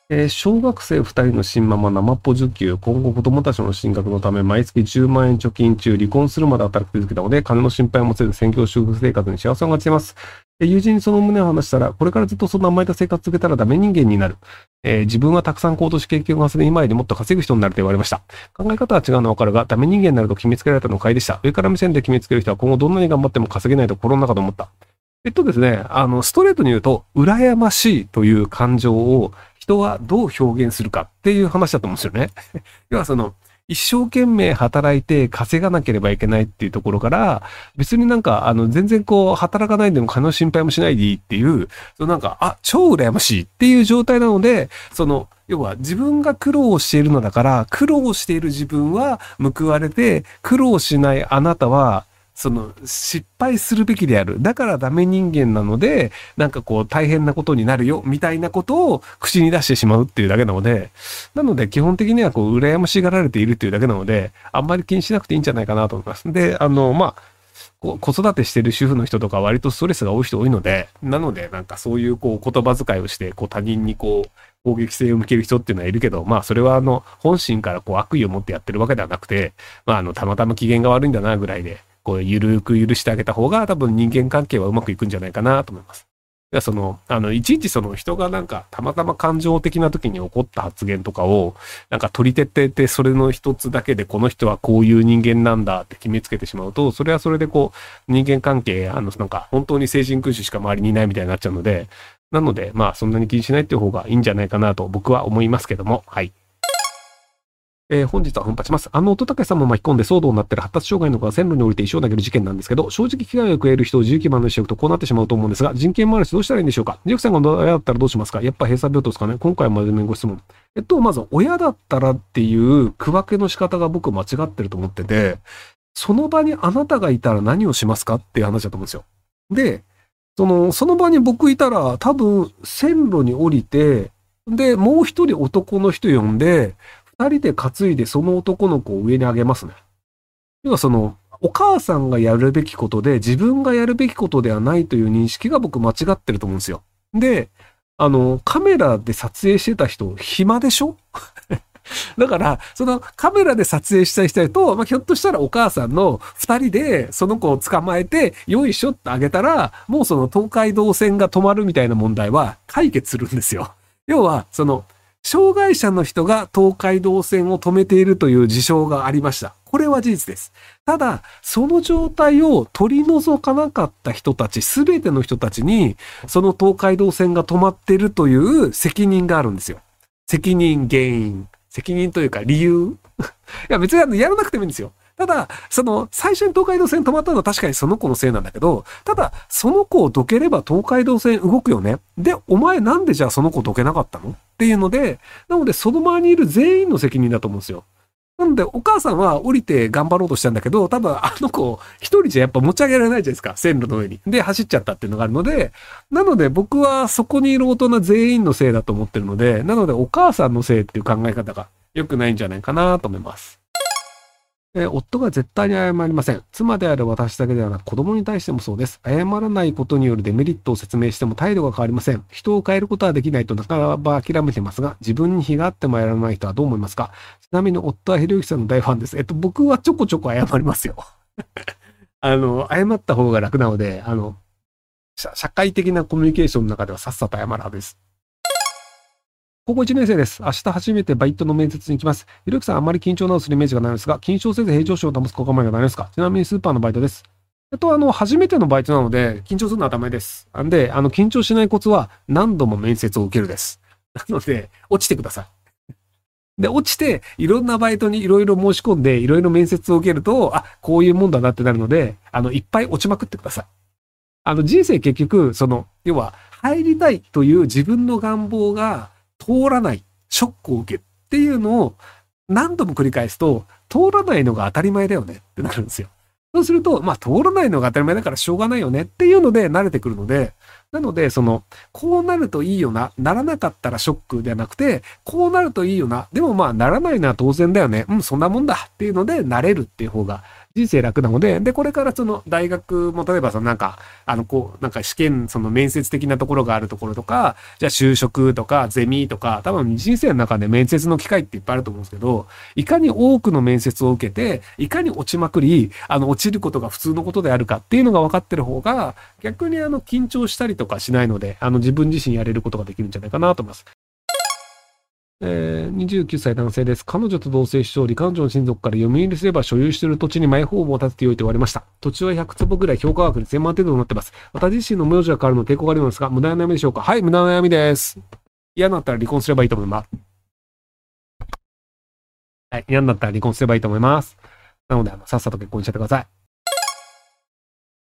小学生2人の新ママ生っぽ受給、今後子供たちの進学のため毎月10万円貯金中、離婚するまで働き続けたので、金の心配もせず専業主婦生活に幸せを感じています。友人にその旨を話したら、これからずっとその甘えた生活続けたらダメ人間になる。自分はたくさん行動し経験を重ね、今よりもっと稼ぐ人になると言われました。考え方は違うのはわかるが、ダメ人間になると決めつけられたの快でした。上から目線で決めつける人は今後どんなに頑張っても稼げないと心の中で思った。ですね、ストレートに言うと、羨ましいという感情を人はどう表現するかっていう話だと思うんですよね。要は一生懸命働いて稼がなければいけないっていうところから、別に全然働かないでも金の心配もしないでいいっていう、超羨ましいっていう状態なので、要は自分が苦労しているのだから、苦労している自分は報われて、苦労しないあなたは、失敗するべきである。だからダメ人間なので、大変なことになるよ、みたいなことを口に出してしまうっていうだけなので、基本的には羨ましがられているっていうだけなので、あんまり気にしなくていいんじゃないかなと思います。で、子育てしてる主婦の人とか割とストレスが多い人多いので、なのでそういう言葉遣いをして、他人に攻撃性を向ける人っていうのはいるけど、それは本心から悪意を持ってやってるわけではなくて、たまたま機嫌が悪いんだなぐらいで、ゆるく許してあげた方が多分人間関係はうまくいくんじゃないかなと思います。いちいち人がたまたま感情的な時に起こった発言とかを、取り手ってて、それの一つだけでこの人はこういう人間なんだって決めつけてしまうと、それはそれで人間関係、本当に聖人君主しか周りにいないみたいになっちゃうので、なので、そんなに気にしないっていう方がいいんじゃないかなと僕は思いますけども、はい。本日は奮発します。乙武さんも巻き込んで騒動になっている発達障害の子が線路に降りて石を投げる事件なんですけど、正直危害を加える人を自由気ままにしておくとこうなってしまうと思うんですが、人権もあるしどうしたらいいんでしょうか。ジェフさんが親だったらどうしますか。やっぱ閉鎖病棟ですかね。今回は真面目にご質問。まず親だったらっていう区分けの仕方が僕間違ってると思ってて、その場にあなたがいたら何をしますかっていう話だと思うんですよ。で、その場に僕いたら多分線路に降りて、で、もう一人男の人呼んで、二人で担いでその男の子を上に上げますね。要はお母さんがやるべきことで自分がやるべきことではないという認識が僕間違ってると思うんですよ。で、カメラで撮影してた人暇でしょだから、カメラで撮影した人と、ひょっとしたらお母さんの二人でその子を捕まえて、よいしょってあげたら、もう東海道線が止まるみたいな問題は解決するんですよ。要は、障害者の人が東海道線を止めているという事象がありました。これは事実です。ただ、その状態を取り除かなかった人たち、すべての人たちに、その東海道線が止まっているという責任があるんですよ。責任、原因。責任というか理由いや別にやらなくてもいいんですよ。ただ、最初に東海道線止まったのは確かにその子のせいなんだけど、ただ、その子をどければ東海道線動くよね。で、お前なんでじゃあその子どけなかったのっていうので、なのでその周りにいる全員の責任だと思うんですよ。なので、お母さんは降りて頑張ろうとしたんだけど、多分あの子一人じゃやっぱ持ち上げられないじゃないですか。線路の上に。で、走っちゃったっていうのがあるので、なので僕はそこにいる大人全員のせいだと思ってるので、なのでお母さんのせいっていう考え方が良くないんじゃないかなと思います。夫が絶対に謝りません。妻である私だけではなく子供に対してもそうです。謝らないことによるデメリットを説明しても態度が変わりません。人を変えることはできないと半ば諦めてますが、自分に非があってもやらない人はどう思いますか。ちなみに夫はひろゆきさんの大ファンです。僕はちょこちょこ謝りますよ。謝った方が楽なので、社会的なコミュニケーションの中ではさっさと謝る派です。高校1年生です。明日初めてバイトの面接に行きます。ひろゆきさんあまり緊張などするイメージがないのですが、緊張せず平常心を保つ心構えがないですか。ちなみにスーパーのバイトです。初めてのバイトなので、緊張するのは当たり前です。で、緊張しないコツは何度も面接を受けるです。なので、落ちてください。で、落ちて、いろんなバイトにいろいろ申し込んで、いろいろ面接を受けると、こういうもんだなってなるので、いっぱい落ちまくってください。人生結局、要は、入りたいという自分の願望が通らない、ショックを受けるっていうのを何度も繰り返すと、通らないのが当たり前だよねってなるんですよ。そうすると、通らないのが当たり前だからしょうがないよねっていうので慣れてくるので、 なので、こうなるといいよな、ならなかったらショックではなくて、こうなるといいよな、でもまあならないのは当然だよね、そんなもんだっていうので、なれるっていう方が人生楽なので、で、これから大学も例えばなんか試験、面接的なところがあるところとか、じゃあ就職とかゼミとか、多分人生の中で面接の機会っていっぱいあると思うんですけど、いかに多くの面接を受けて、いかに落ちまくり、落ちることが普通のことであるかっていうのが分かってる方が、逆に緊張したりとかしないので、自分自身やれることができるんじゃないかなと思います。29歳男性です。彼女と同棲しており、彼女の親族から読み入りすれば所有している土地にマイホームを建てておいて言われました。土地は100坪ぐらい、評価額で1000万程度になっています。私自身の名字が変わるの抵抗があるのですが、無駄な悩みでしょうか？はい、無駄な悩みです。嫌になったら離婚すればいいと思います。はい、嫌になったら離婚すればいいと思います。なので、さっさと結婚しちゃってください。